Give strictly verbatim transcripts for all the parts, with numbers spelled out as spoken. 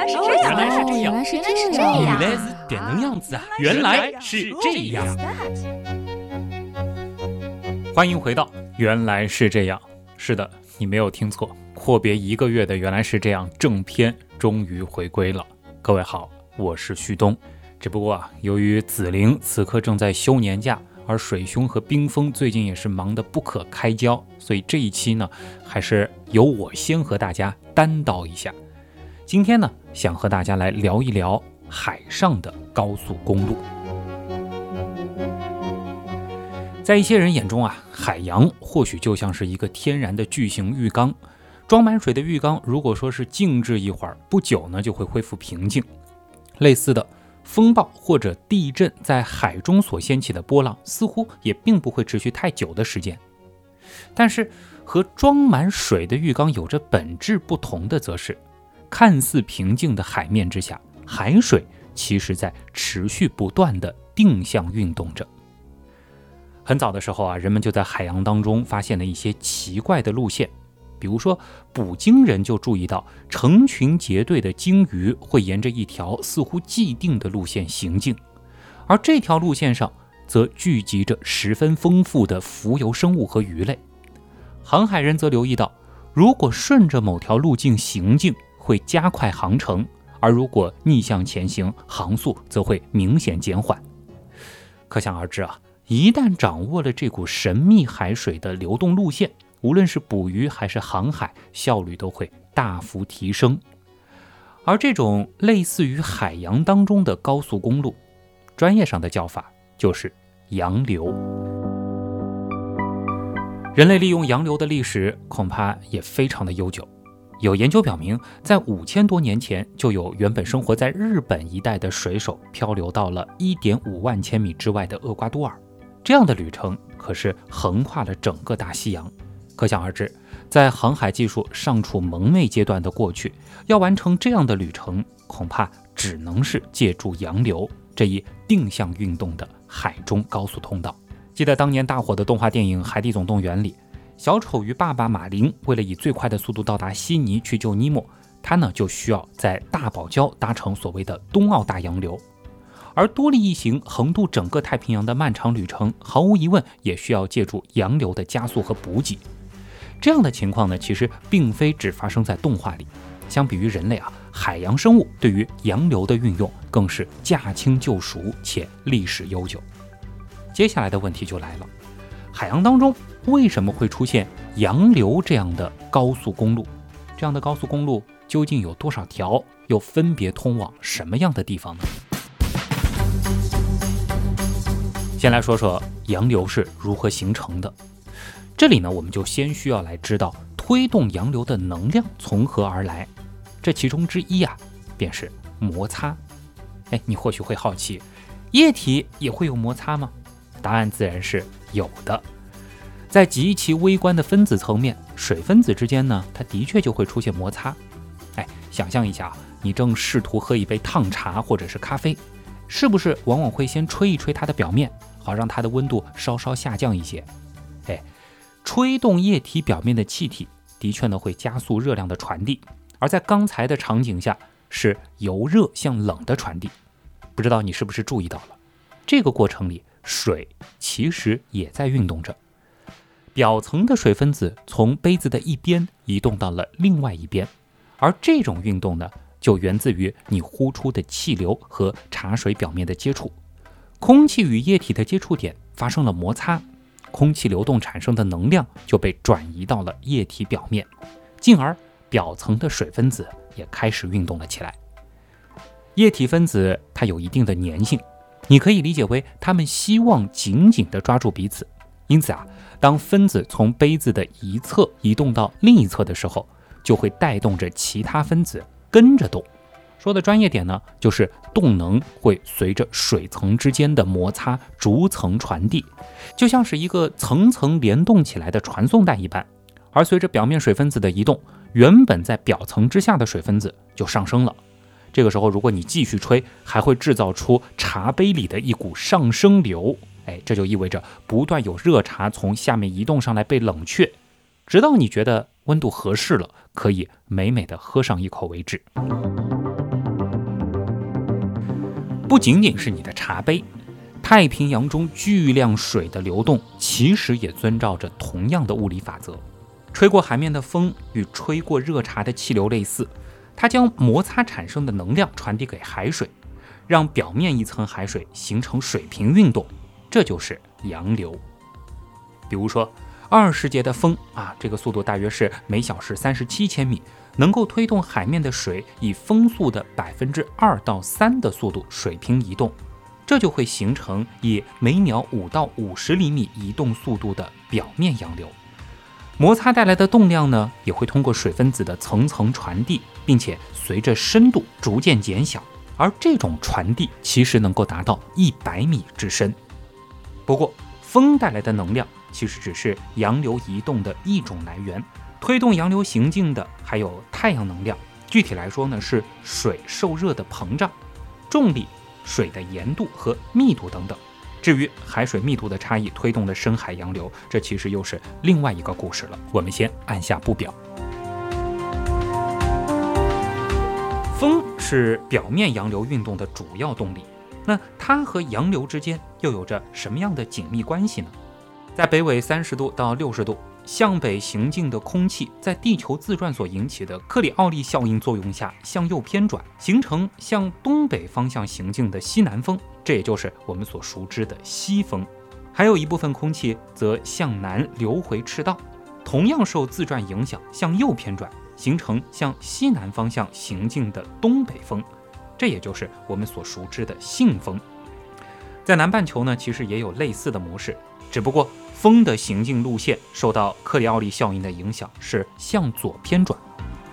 来是这样， 原来是这样， 原来是这样， 原来是这样子啊！原来是这样。欢迎回到原来是这样。是的，你没有听错，阔别一个月的原来是这样正片终于回归了。各位好，我是旭东。只不过啊，由于紫菱此刻正在休年假，而水兄和冰峰最近也是忙得不可开交，所以这一期呢，还是由我先和大家担叨一下。今天呢，想和大家来聊一聊海上的高速公路。在一些人眼中啊，海洋或许就像是一个天然的巨型浴缸，装满水的浴缸，如果说是静置一会儿，不久呢就会恢复平静。类似的风暴或者地震在海中所掀起的波浪，似乎也并不会持续太久的时间。但是和装满水的浴缸有着本质不同的，则是看似平静的海面之下，海水其实在持续不断的定向运动着。很早的时候啊，人们就在海洋当中发现了一些奇怪的路线，比如说捕鲸人就注意到成群结队的鲸鱼会沿着一条似乎既定的路线行进，而这条路线上则聚集着十分丰富的浮游生物和鱼类。航海人则留意到，如果顺着某条路径行进会加快航程，而如果逆向前行，航速则会明显减缓。可想而知啊，一旦掌握了这股神秘海水的流动路线，无论是捕鱼还是航海，效率都会大幅提升。而这种类似于海洋当中的高速公路，专业上的叫法就是洋流。人类利用洋流的历史恐怕也非常的悠久。有研究表明，在五千多年前，就有原本生活在日本一带的水手漂流到了 一点五万千米之外的厄瓜多尔。这样的旅程可是横跨了整个大西洋。可想而知，在航海技术尚处蒙昧阶段的过去，要完成这样的旅程，恐怕只能是借助洋流这一定向运动的海中高速通道。记得当年大火的动画电影《海底总动员》里，小丑鱼爸爸马林为了以最快的速度到达悉尼去救尼莫，他呢就需要在大堡礁搭乘所谓的东澳大洋流。而多利一行横渡整个太平洋的漫长旅程，毫无疑问也需要借助洋流的加速和补给。这样的情况呢，其实并非只发生在动画里。相比于人类啊，海洋生物对于洋流的运用更是驾轻就熟且历史悠久。接下来的问题就来了，海洋当中为什么会出现洋流这样的高速公路？这样的高速公路究竟有多少条？又分别通往什么样的地方呢？先来说说洋流是如何形成的。这里呢，我们就先需要来知道推动洋流的能量从何而来。这其中之一啊，便是摩擦。哎，你或许会好奇，液体也会有摩擦吗？答案自然是有的。在极其微观的分子层面，水分子之间呢，它的确就会出现摩擦。哎，想象一下啊，你正试图喝一杯烫茶或者是咖啡，是不是往往会先吹一吹它的表面，好让它的温度稍稍下降一些？哎，吹动液体表面的气体的确呢会加速热量的传递，而在刚才的场景下是由热向冷的传递。不知道你是不是注意到了，这个过程里水其实也在运动着。表层的水分子从杯子的一边移动到了另外一边，而这种运动呢，就源自于你呼出的气流和茶水表面的接触。空气与液体的接触点发生了摩擦，空气流动产生的能量就被转移到了液体表面，进而表层的水分子也开始运动了起来。液体分子它有一定的粘性，你可以理解为它们希望紧紧地抓住彼此。因此啊，当分子从杯子的一侧移动到另一侧的时候，就会带动着其他分子跟着动。说的专业点呢，就是动能会随着水层之间的摩擦逐层传递，就像是一个层层联动起来的传送带一般。而随着表面水分子的移动，原本在表层之下的水分子就上升了。这个时候如果你继续吹，还会制造出茶杯里的一股上升流。哎，这就意味着不断有热茶从下面移动上来被冷却，直到你觉得温度合适了，可以美美的喝上一口为止。 不仅仅是你的茶杯，太平洋中巨量水的流动其实也遵照着同样的物理法则。吹过海面的风与吹过热茶的气流类似，它将摩擦产生的能量传递给海水，让表面一层海水形成水平运动，这就是洋流。比如说二十节的风啊，这个速度大约是每小时三十七千米，能够推动海面的水以风速的百分之二到三的速度水平移动，这就会形成以每秒五到五十厘米移动速度的表面洋流。摩擦带来的动量呢，也会通过水分子的层层传递，并且随着深度逐渐减小，而这种传递其实能够达到一百米之深。不过，风带来的能量其实只是洋流移动的一种来源，推动洋流行进的还有太阳能量，具体来说呢，是水受热的膨胀、重力、水的盐度和密度等等。至于海水密度的差异推动的深海洋流，这其实又是另外一个故事了，我们先按下不表。风是表面洋流运动的主要动力，那它和洋流之间又有着什么样的紧密关系呢？在北纬三十度到六十度向北行进的空气，在地球自转所引起的克里奥利效应作用下向右偏转，形成向东北方向行进的西南风，这也就是我们所熟知的西风。还有一部分空气则向南流回赤道，同样受自转影响向右偏转，形成向西南方向行进的东北风，这也就是我们所熟知的信风。在南半球呢，其实也有类似的模式，只不过风的行进路线受到克里奥利效应的影响，是向左偏转。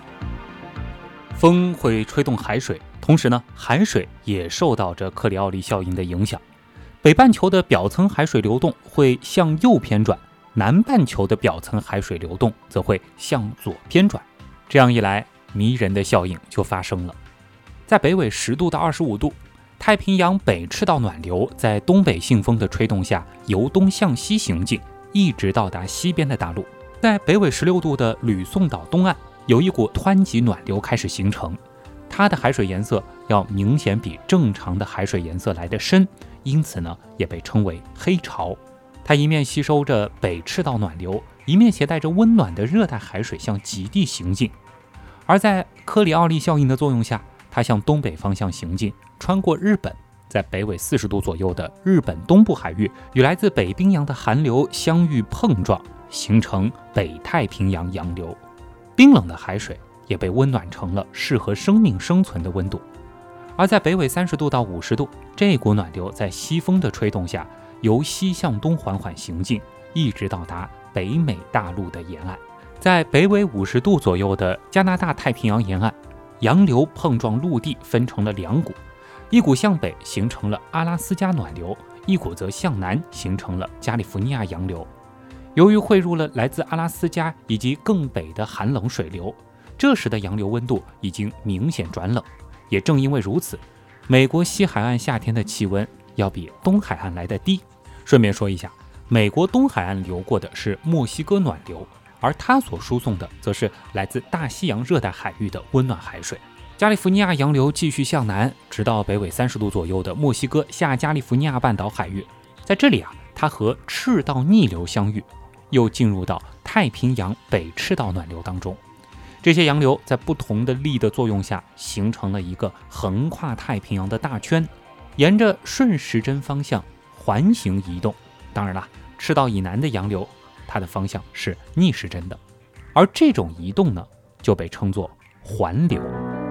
风会吹动海水，同时呢，海水也受到着克里奥利效应的影响。北半球的表层海水流动会向右偏转，南半球的表层海水流动则会向左偏转。这样一来，迷人的效应就发生了。在北纬十度到二十五度，太平洋北赤道暖流在东北信风的吹动下由东向西行进，一直到达西边的大陆。在北纬十六度的吕宋岛东岸，有一股湍急暖流开始形成，它的海水颜色要明显比正常的海水颜色来得深，因此呢，也被称为黑潮。它一面吸收着北赤道暖流，一面携带着温暖的热带海水向极地行进。而在科里奥利效应的作用下，它向东北方向行进，穿过日本，在北纬四十度左右的日本东部海域与来自北冰洋的寒流相遇碰撞，形成北太平洋洋流。冰冷的海水也被温暖成了适合生命生存的温度。而在北纬三十度到五十度，这股暖流在西风的吹动下由西向东缓缓行进，一直到达北美大陆的沿岸。在北纬五十度左右的加拿大太平洋沿岸，洋流碰撞陆地分成了两股，一股向北形成了阿拉斯加暖流，一股则向南形成了加利福尼亚洋流。由于汇入了来自阿拉斯加以及更北的寒冷水流，这时的洋流温度已经明显转冷。也正因为如此，美国西海岸夏天的气温要比东海岸来得低。顺便说一下，美国东海岸流过的是墨西哥暖流，而它所输送的则是来自大西洋热带海域的温暖海水。加利福尼亚洋流继续向南，直到北纬三十度左右的墨西哥下加利福尼亚半岛海域。在这里啊，它和赤道逆流相遇，又进入到太平洋北赤道暖流当中。这些洋流在不同的力的作用下，形成了一个横跨太平洋的大圈，沿着顺时针方向环形移动。当然了，赤道以南的洋流，它的方向是逆时针的，而这种移动呢，就被称作环流。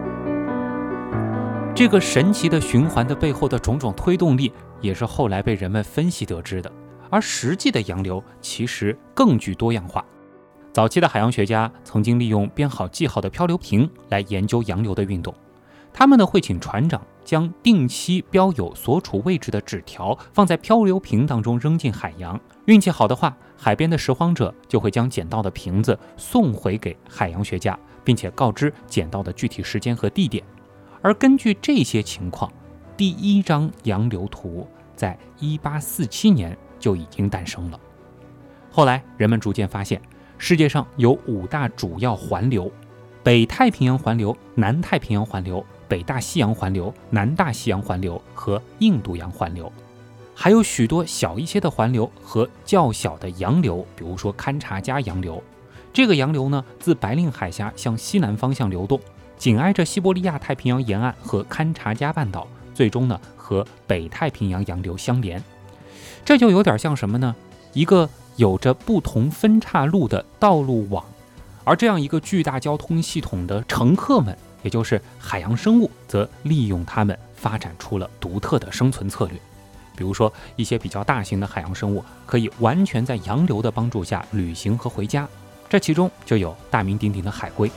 这个神奇的循环的背后的种种推动力，也是后来被人们分析得知的。而实际的洋流其实更具多样化。早期的海洋学家曾经利用编好记号的漂流瓶来研究洋流的运动，他们呢会请船长将定期标有所处位置的纸条放在漂流瓶当中扔进海洋，运气好的话，海边的拾荒者就会将捡到的瓶子送回给海洋学家，并且告知捡到的具体时间和地点。而根据这些情况，第一张洋流图在一八四七年就已经诞生了。后来人们逐渐发现，世界上有五大主要环流：北太平洋环流、南太平洋环流、 北大西洋环流、南大西洋环流和印度洋环流，还有许多小一些的环流和较小的洋流，比如说堪察加洋流。这个洋流呢，自白令海峡向西南方向流动，紧挨着西伯利亚太平洋沿岸和堪察加半岛，最终呢和北太平洋洋流相连。这就有点像什么呢？一个有着不同分岔路的道路网，而这样一个巨大交通系统的乘客们，也就是海洋生物，则利用它们发展出了独特的生存策略。比如说，一些比较大型的海洋生物可以完全在洋流的帮助下旅行和回家，这其中就有大名鼎鼎的海龟。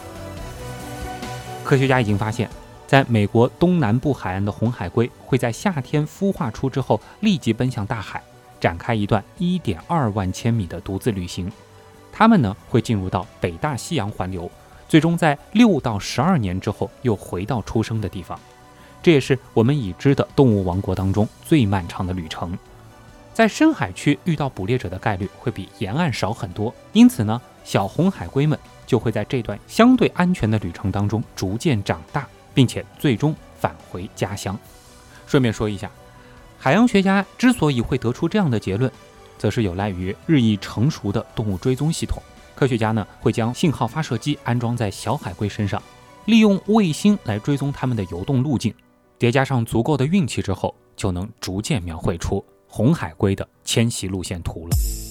科学家已经发现，在美国东南部海岸的红海龟会在夏天孵化出之后立即奔向大海，展开一段 一点二万千米的独自旅行。它们呢会进入到北大西洋环流，最终在六到十二年之后又回到出生的地方。这也是我们已知的动物王国当中最漫长的旅程。在深海区遇到捕猎者的概率会比沿岸少很多，因此呢，小红海龟们就会在这段相对安全的旅程当中逐渐长大，并且最终返回家乡。顺便说一下，海洋学家之所以会得出这样的结论，则是有赖于日益成熟的动物追踪系统。科学家呢会将信号发射机安装在小海龟身上，利用卫星来追踪它们的游动路径，叠加上足够的运气之后，就能逐渐描绘出红海龟的迁徙路线图了。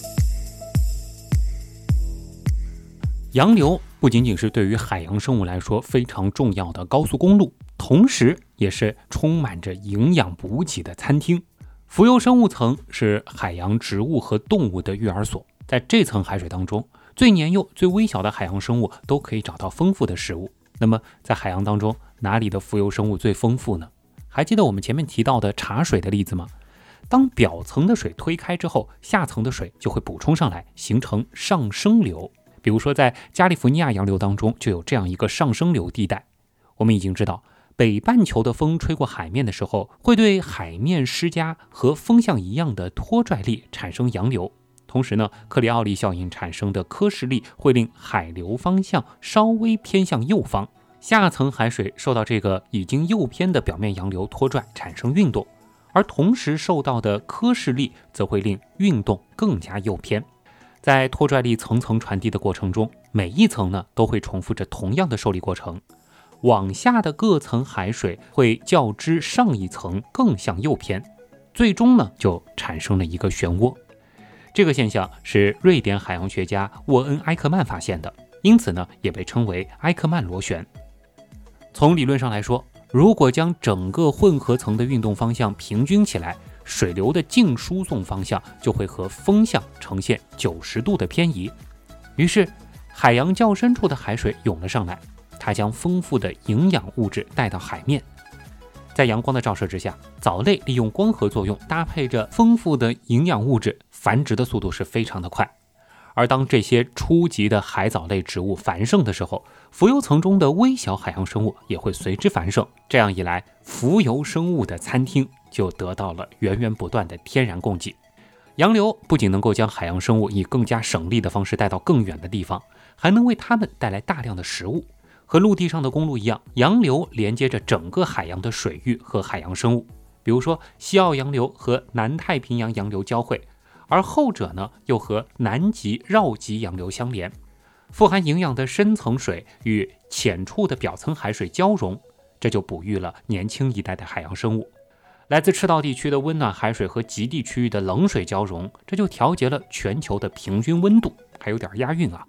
洋流不仅仅是对于海洋生物来说非常重要的高速公路，同时也是充满着营养补给的餐厅。浮游生物层是海洋植物和动物的育儿所，在这层海水当中，最年幼、最微小的海洋生物都可以找到丰富的食物。那么在海洋当中，哪里的浮游生物最丰富呢？还记得我们前面提到的茶水的例子吗？当表层的水推开之后，下层的水就会补充上来，形成上升流。比如说在加利福尼亚洋流当中就有这样一个上升流地带。我们已经知道，北半球的风吹过海面的时候，会对海面施加和风向一样的拖拽力，产生洋流。同时呢，克里奥利效应产生的科氏力会令海流方向稍微偏向右方，下层海水受到这个已经右偏的表面洋流拖拽，产生运动，而同时受到的科氏力则会令运动更加右偏。在拖拽力层层传递的过程中，每一层呢都会重复着同样的受力过程，往下的各层海水会较之上一层更向右偏，最终呢就产生了一个漩涡。这个现象是瑞典海洋学家沃恩·埃克曼发现的，因此呢也被称为埃克曼螺旋。从理论上来说，如果将整个混合层的运动方向平均起来，水流的净输送方向就会和风向呈现九十度的偏移。于是海洋较深处的海水涌了上来，它将丰富的营养物质带到海面。在阳光的照射之下，藻类利用光合作用搭配着丰富的营养物质，繁殖的速度是非常的快。而当这些初级的海藻类植物繁盛的时候，浮游层中的微小海洋生物也会随之繁盛。这样一来，浮游生物的餐厅就得到了源源不断的天然供给。洋流不仅能够将海洋生物以更加省力的方式带到更远的地方，还能为它们带来大量的食物。和陆地上的公路一样，洋流连接着整个海洋的水域和海洋生物。比如说，西澳洋流和南太平洋洋流交汇，而后者呢又和南极绕极洋流相连。富含营养的深层水与浅处的表层海水交融，这就哺育了年轻一代的海洋生物。来自赤道地区的温暖海水和极地区域的冷水交融，这就调节了全球的平均温度，还有点押韵啊。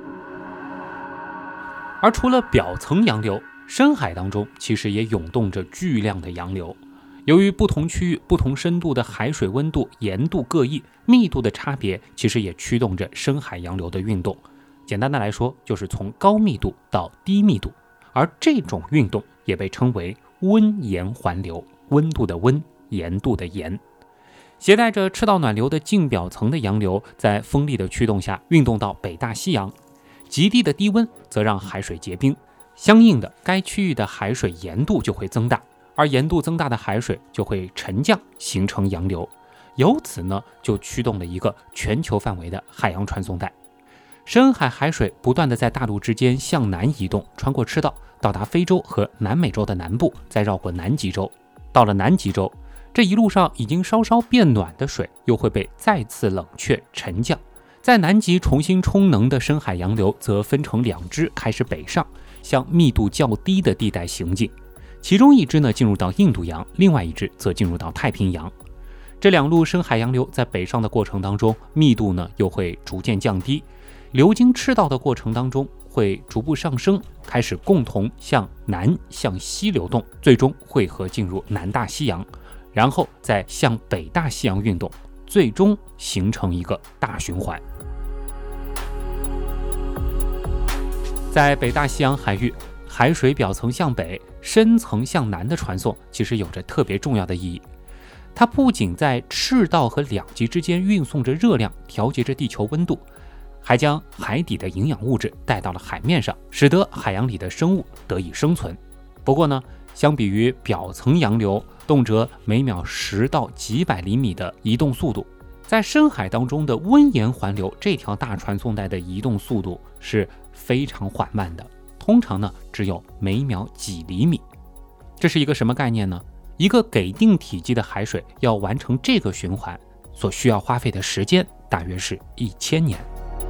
而除了表层洋流，深海当中其实也涌动着巨量的洋流。由于不同区域不同深度的海水温度盐度各异，密度的差别其实也驱动着深海洋流的运动。简单的来说，就是从高密度到低密度，而这种运动也被称为温盐环流，温度的温，盐度的盐。携带着赤道暖流的近表层的洋流，在风力的驱动下运动到北大西洋，极地的低温则让海水结冰，相应的该区域的海水盐度就会增大，而盐度增大的海水就会沉降，形成洋流，由此呢就驱动了一个全球范围的海洋传送带。 深海海水不断地在大陆之间向南移动，穿过赤道，到达非洲和南美洲的南部，再绕过南极洲。到了南极洲，这一路上已经稍稍变暖的水又会被再次冷却沉降。在南极重新充能的深海洋流则分成两支，开始北上，向密度较低的地带行进。其中一支呢进入到印度洋，另外一支则进入到太平洋。这两路深海洋流在北上的过程当中，密度呢又会逐渐降低，流经赤道的过程当中会逐步上升，开始共同向南向西流动，最终汇合进入南大西洋，然后再向北大西洋运动，最终形成一个大循环。在北大西洋海域，海水表层向北，深层向南的传送其实有着特别重要的意义。它不仅在赤道和两极之间运送着热量，调节着地球温度，还将海底的营养物质带到了海面上，使得海洋里的生物得以生存。不过呢，相比于表层洋流动辄每秒十到几百厘米的移动速度，在深海当中的温盐环流这条大传送带的移动速度是非常缓慢的，通常呢只有每秒几厘米。这是一个什么概念呢？一个给定体积的海水要完成这个循环所需要花费的时间大约是一千年。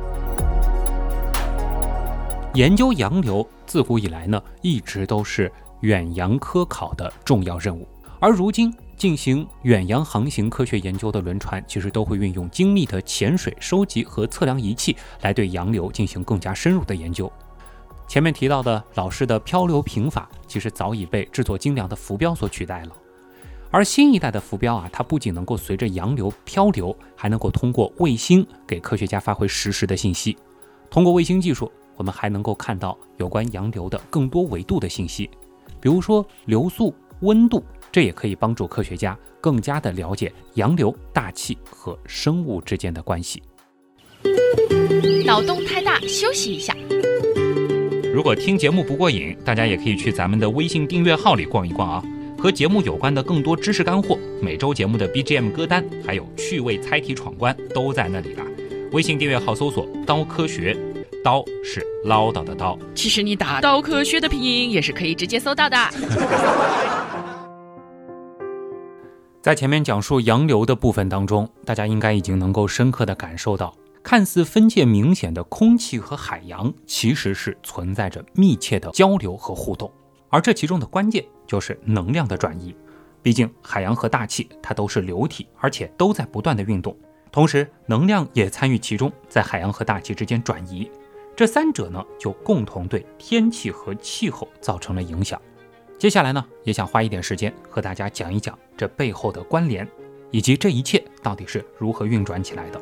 研究洋流自古以来呢，一直都是远洋科考的重要任务，而如今进行远洋航行科学研究的轮船，其实都会运用精密的潜水收集和测量仪器来对洋流进行更加深入的研究。前面提到的老式的漂流瓶法，其实早已被制作精良的浮标所取代了。而新一代的浮标啊，它不仅能够随着洋流漂流，还能够通过卫星给科学家发回实时的信息。通过卫星技术，我们还能够看到有关洋流的更多维度的信息，比如说流速、温度，这也可以帮助科学家更加的了解洋流、大气和生物之间的关系。 脑洞太大，休息一下。 如果听节目不过瘾，大家也可以去咱们的微信订阅号里逛一逛啊，和节目有关的更多知识干货，每周节目的 B G M 歌单，还有趣味猜题闯关都在那里了。微信订阅号搜索刀科学，刀是唠叨的刀， 其实你打刀科学的拼音也是可以直接搜到的。 在前面讲述洋流的部分当中，大家应该已经能够深刻地感受到，看似分界明显的空气和海洋，其实是存在着密切的交流和互动，而这其中的关键就是能量的转移。毕竟海洋和大气它都是流体，而且都在不断的运动，同时能量也参与其中，在海洋和大气之间转移。这三者呢，就共同对天气和气候造成了影响。接下来呢，也想花一点时间和大家讲一讲这背后的关联，以及这一切到底是如何运转起来的。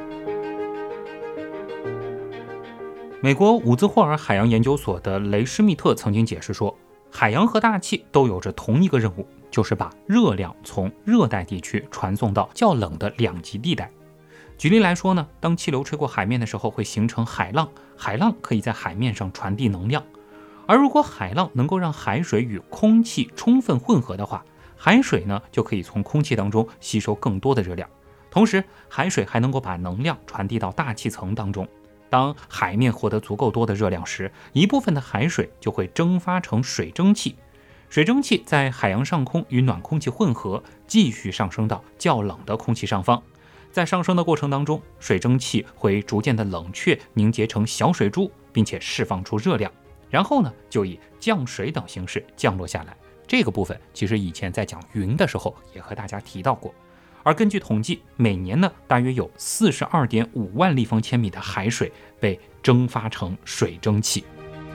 美国伍兹霍尔海洋研究所的雷施密特曾经解释说，海洋和大气都有着同一个任务，就是把热量从热带地区传送到较冷的两极地带。举例来说呢，当气流吹过海面的时候，会形成海浪，海浪可以在海面上传递能量。而如果海浪能够让海水与空气充分混合的话，海水呢就可以从空气当中吸收更多的热量，同时海水还能够把能量传递到大气层当中。当海面获得足够多的热量时，一部分的海水就会蒸发成水蒸气，水蒸气在海洋上空与暖空气混合，继续上升到较冷的空气上方。在上升的过程当中，水蒸气会逐渐的冷却，凝结成小水珠，并且释放出热量，然后呢就以降水等形式降落下来。这个部分其实以前在讲云的时候也和大家提到过。而根据统计，每年呢大约有 四十二点五万立方千米的海水被蒸发成水蒸气。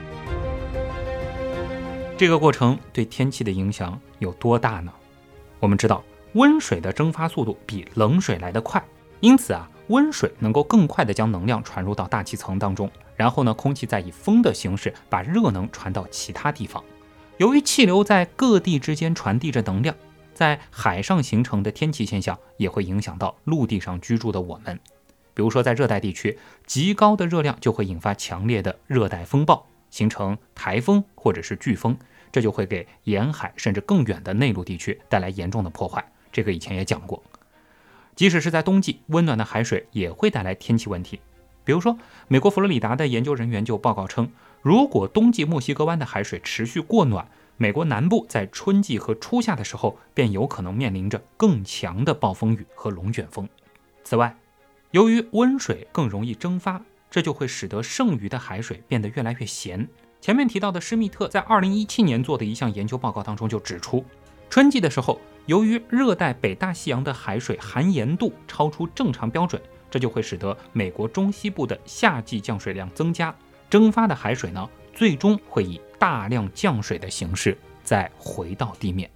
这个过程对天气的影响有多大呢？我们知道温水的蒸发速度比冷水来得快，因此啊，温水能够更快地将能量传入到大气层当中，然后呢，空气再以风的形式把热能传到其他地方。由于气流在各地之间传递着能量，在海上形成的天气现象也会影响到陆地上居住的我们。比如说在热带地区，极高的热量就会引发强烈的热带风暴，形成台风或者是飓风，这就会给沿海甚至更远的内陆地区带来严重的破坏。这个以前也讲过。即使是在冬季，温暖的海水也会带来天气问题。比比如说，美国佛罗里达的研究人员就报告称，如果冬季墨西哥湾的海水持续过暖，美国南部在春季和初夏的时候便有可能面临着更强的暴风雨和龙卷风。此外，由于温水更容易蒸发，这就会使得剩余的海水变得越来越咸。前面提到的施密特在二零一七年做的一项研究报告当中就指出，春季的时候，由于热带北大西洋的海水含盐度超出正常标准，这就会使得美国中西部的夏季降水量增加，蒸发的海水呢，最终会以大量降水的形式再回到地面。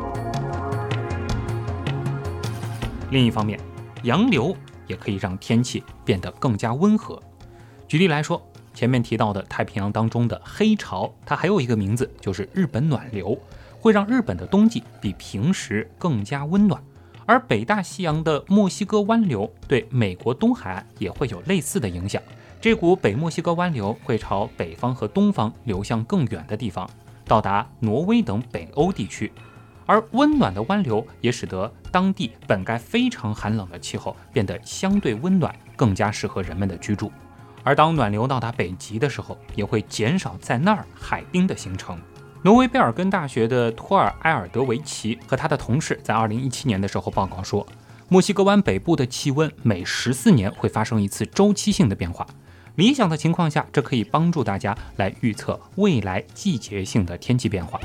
另一方面，洋流也可以让天气变得更加温和。举例来说，前面提到的太平洋当中的黑潮，它还有一个名字，就是日本暖流，会让日本的冬季比平时更加温暖。而北大西洋的墨西哥湾流对美国东海岸也会有类似的影响，这股北墨西哥湾流会朝北方和东方流向更远的地方，到达挪威等北欧地区。而温暖的湾流也使得当地本该非常寒冷的气候变得相对温暖，更加适合人们的居住。而当暖流到达北极的时候，也会减少在那儿海冰的形成。挪威贝尔根大学的托尔埃尔德维奇和他的同事在二零一七年的时候报告说，墨西哥湾北部的气温每十四年会发生一次周期性的变化。理想的情况下，这可以帮助大家来预测未来季节性的天气变化。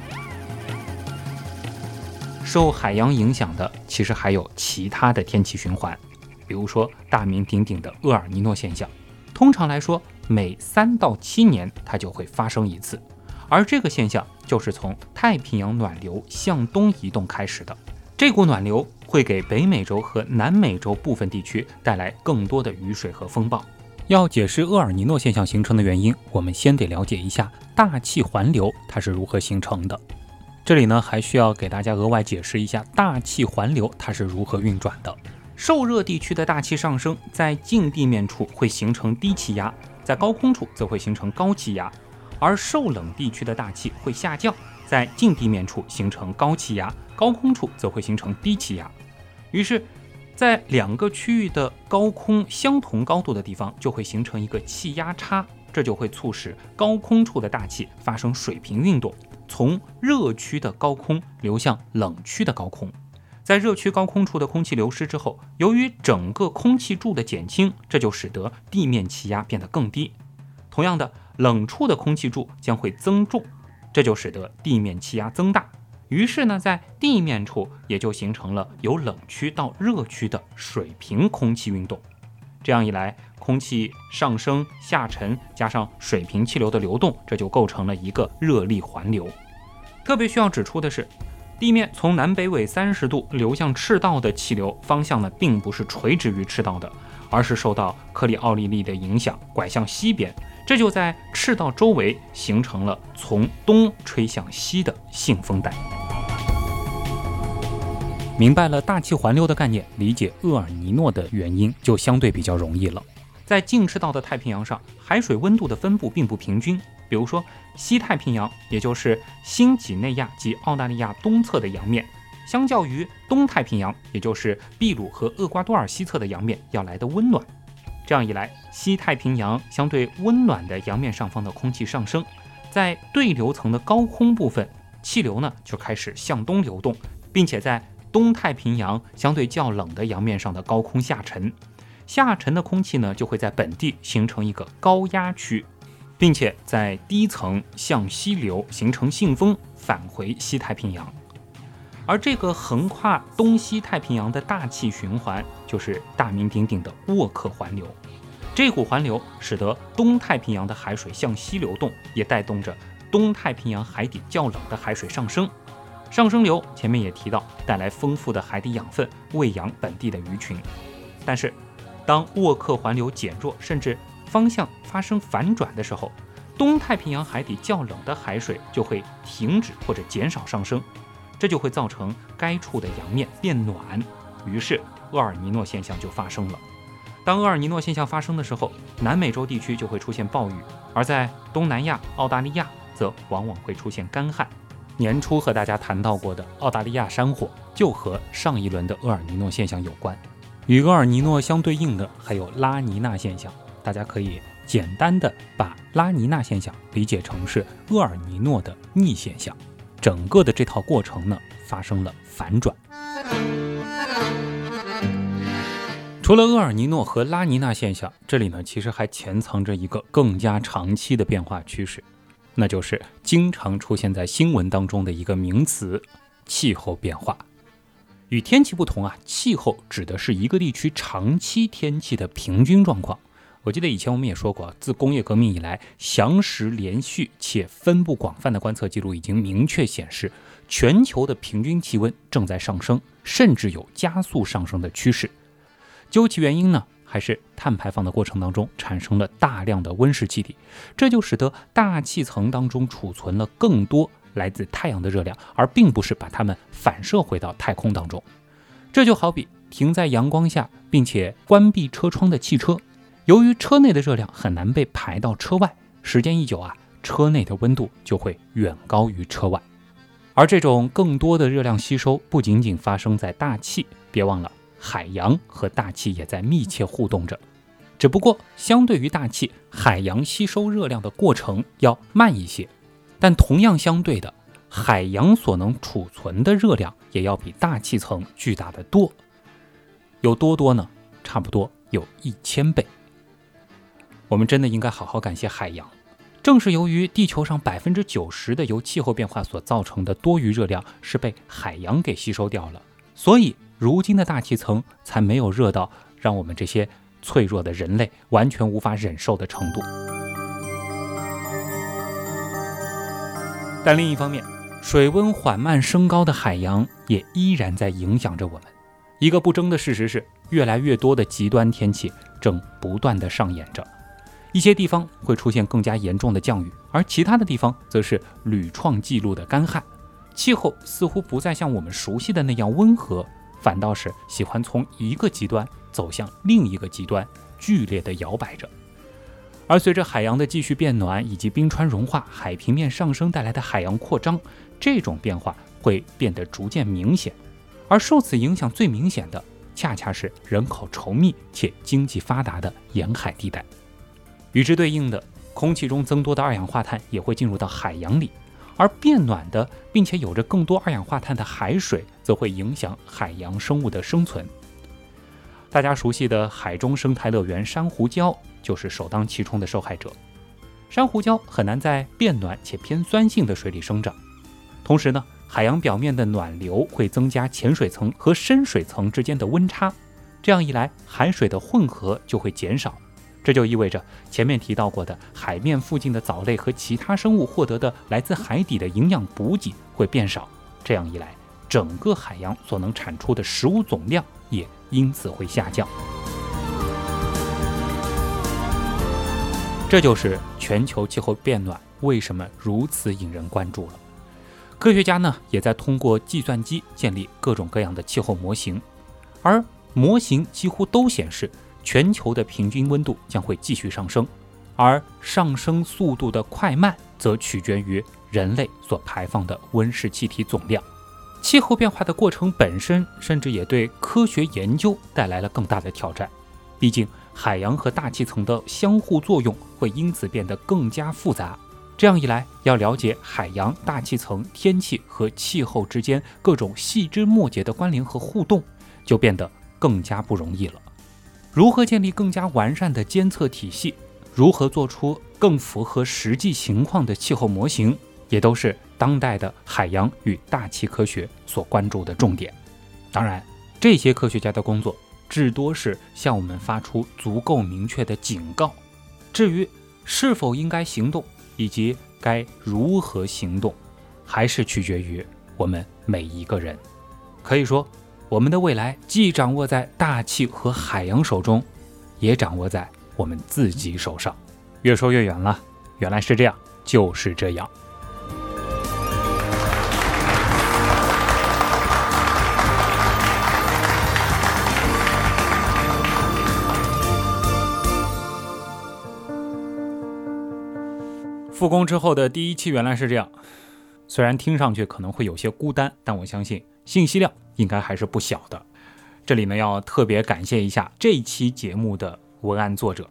受海洋影响的其实还有其他的天气循环，比如说大名鼎鼎的厄尔尼诺现象。通常来说，每三到七年它就会发生一次，而这个现象就是从太平洋暖流向东移动开始的。这股暖流会给北美洲和南美洲部分地区带来更多的雨水和风暴。要解释厄尔尼诺现象形成的原因，我们先得了解一下大气环流它是如何形成的。这里呢，还需要给大家额外解释一下大气环流它是如何运转的。受热地区的大气上升，在近地面处会形成低气压，在高空处则会形成高气压，而受冷地区的大气会下降，在近地面处形成高气压，高空处则会形成低气压。于是在两个区域的高空相同高度的地方就会形成一个气压差，这就会促使高空处的大气发生水平运动，从热区的高空流向冷区的高空。在热区高空处的空气流失之后，由于整个空气柱的减轻，这就使得地面气压变得更低。同样的，冷处的空气柱将会增重，这就使得地面气压增大。于是呢，在地面处也就形成了由冷区到热区的水平空气运动。这样一来，空气上升下沉加上水平气流的流动，这就构成了一个热力环流。特别需要指出的是，地面从南北纬三十度流向赤道的气流方向呢，并不是垂直于赤道的，而是受到克里奥利力的影响拐向西边，这就在赤道周围形成了从东吹向西的信风带。明白了大气环流的概念，理解厄尔尼诺的原因就相对比较容易了。在近赤道的太平洋上，海水温度的分布并不平均。比如说西太平洋，也就是新几内亚及澳大利亚东侧的洋面，相较于东太平洋，也就是秘鲁和厄瓜多尔西侧的洋面要来得温暖。这样一来，西太平洋相对温暖的洋面上方的空气上升，在对流层的高空部分，气流呢就开始向东流动，并且在东太平洋相对较冷的洋面上的高空下沉，下沉的空气呢就会在本地形成一个高压区，并且在低层向西流，形成信风，返回西太平洋。而这个横跨东西太平洋的大气循环，就是大名鼎鼎的沃克环流。这股环流使得东太平洋的海水向西流动，也带动着东太平洋海底较冷的海水上升。上升流前面也提到，带来丰富的海底养分，喂养本地的鱼群。但是当沃克环流减弱，甚至方向发生反转的时候，东太平洋海底较冷的海水就会停止或者减少上升，这就会造成该处的洋面变暖，于是厄尔尼诺现象就发生了。当厄尔尼诺现象发生的时候，南美洲地区就会出现暴雨，而在东南亚、澳大利亚则往往会出现干旱。年初和大家谈到过的澳大利亚山火，就和上一轮的厄尔尼诺现象有关。与厄尔尼诺相对应的还有拉尼娜现象。 大家可以简单的把拉尼娜现象理解成是厄尔尼诺的逆现象，整个的这套过程呢发生了反转。除了厄尔尼诺和拉尼娜现象，这里呢其实还潜藏着一个更加长期的变化趋势，那就是经常出现在新闻当中的一个名词——气候变化。与天气不同啊，气候指的是一个地区长期天气的平均状况。我记得以前我们也说过，自工业革命以来，详实连续且分布广泛的观测记录已经明确显示，全球的平均气温正在上升，甚至有加速上升的趋势。究其原因呢，还是碳排放的过程当中产生了大量的温室气体，这就使得大气层当中储存了更多来自太阳的热量，而并不是把它们反射回到太空当中。这就好比停在阳光下并且关闭车窗的汽车，由于车内的热量很难被排到车外，时间一久啊，车内的温度就会远高于车外。而这种更多的热量吸收不仅仅发生在大气，别忘了海洋和大气也在密切互动着，只不过相对于大气，海洋吸收热量的过程要慢一些，但同样相对的，海洋所能储存的热量也要比大气层巨大的多。有多多呢？差不多有一千倍。我们真的应该好好感谢海洋，正是由于地球上百分之九十的由气候变化所造成的多余热量是被海洋给吸收掉了，所以如今的大气层才没有热到让我们这些脆弱的人类完全无法忍受的程度。但另一方面，水温缓慢升高的海洋也依然在影响着我们。一个不争的事实是，越来越多的极端天气正不断地上演着。一些地方会出现更加严重的降雨，而其他的地方则是屡创纪录的干旱。气候似乎不再像我们熟悉的那样温和，反倒是喜欢从一个极端走向另一个极端，剧烈地摇摆着。而随着海洋的继续变暖以及冰川融化、海平面上升带来的海洋扩张，这种变化会变得逐渐明显。而受此影响最明显的，恰恰是人口稠密且经济发达的沿海地带。与之对应的，空气中增多的二氧化碳也会进入到海洋里，而变暖的并且有着更多二氧化碳的海水则会影响海洋生物的生存。大家熟悉的海中生态乐园珊瑚礁就是首当其冲的受害者。珊瑚礁很难在变暖且偏酸性的水里生长，同时呢，海洋表面的暖流会增加浅水层和深水层之间的温差，这样一来，海水的混合就会减少。这就意味着前面提到过的海面附近的藻类和其他生物获得的来自海底的营养补给会变少，这样一来，整个海洋所能产出的食物总量也因此会下降。这就是全球气候变暖为什么如此引人关注了。科学家呢也在通过计算机建立各种各样的气候模型，而模型几乎都显示全球的平均温度将会继续上升，而上升速度的快慢则取决于人类所排放的温室气体总量。气候变化的过程本身甚至也对科学研究带来了更大的挑战，毕竟海洋和大气层的相互作用会因此变得更加复杂。这样一来，要了解海洋、大气层、天气和气候之间各种细枝末节的关联和互动，就变得更加不容易了。如何建立更加完善的监测体系，如何做出更符合实际情况的气候模型，也都是当代的海洋与大气科学所关注的重点。当然，这些科学家的工作至多是向我们发出足够明确的警告，至于是否应该行动以及该如何行动，还是取决于我们每一个人。可以说，我们的未来既掌握在大气和海洋手中，也掌握在我们自己手上。越说越远了，原来是这样，就是这样。复工之后的第一期原来是这样，虽然听上去可能会有些孤单，但我相信信息量应该还是不小的。这里呢要特别感谢一下这一期节目的文案作者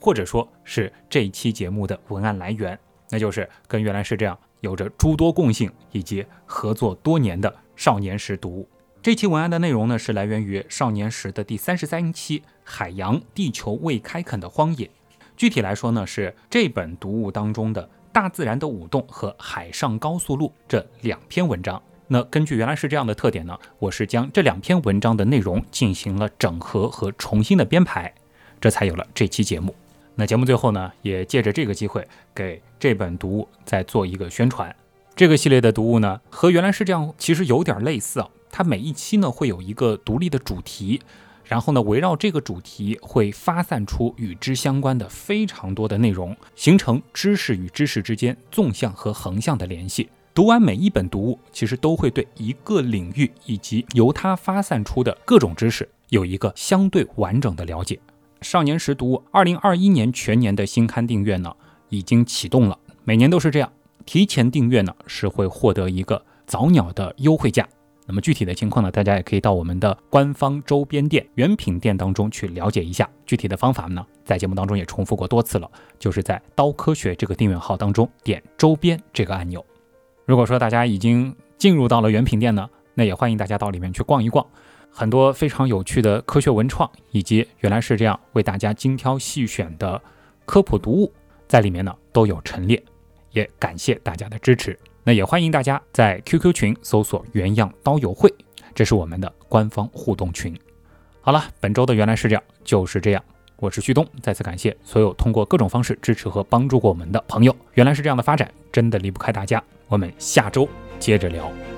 或者说是这一期节目的文案来源，那就是跟原来是这样有着诸多共性以及合作多年的少年时读物。这期文案的内容呢，是来源于少年时的第三十三期《海洋：地球未开垦的荒野》。具体来说呢，是这本读物当中的大自然的舞动和海上高速路这两篇文章。那根据原来是这样的特点呢，我是将这两篇文章的内容进行了整合和重新的编排，这才有了这期节目。那节目最后呢，也借着这个机会给这本读物再做一个宣传。这个系列的读物呢，和原来是这样其实有点类似啊，它每一期呢会有一个独立的主题，然后呢围绕这个主题会发散出与之相关的非常多的内容，形成知识与知识之间纵向和横向的联系。读完每一本读物，其实都会对一个领域以及由它发散出的各种知识有一个相对完整的了解。少年时读物二零二一年全年的新刊订阅呢已经启动了，每年都是这样，提前订阅呢是会获得一个早鸟的优惠价。那么具体的情况呢，大家也可以到我们的官方周边店原品店当中去了解一下。具体的方法呢，在节目当中也重复过多次了，就是在刀科学这个订阅号当中点周边这个按钮。如果说大家已经进入到了原品店呢，那也欢迎大家到里面去逛一逛，很多非常有趣的科学文创以及原来是这样为大家精挑细选的科普读物在里面呢都有陈列，也感谢大家的支持。那也欢迎大家在 Q Q 群搜索原样刀友会，这是我们的官方互动群。好了，本周的原来是这样就是这样，我是旭东，再次感谢所有通过各种方式支持和帮助过我们的朋友。原来是这样的发展真的离不开大家，我们下周接着聊。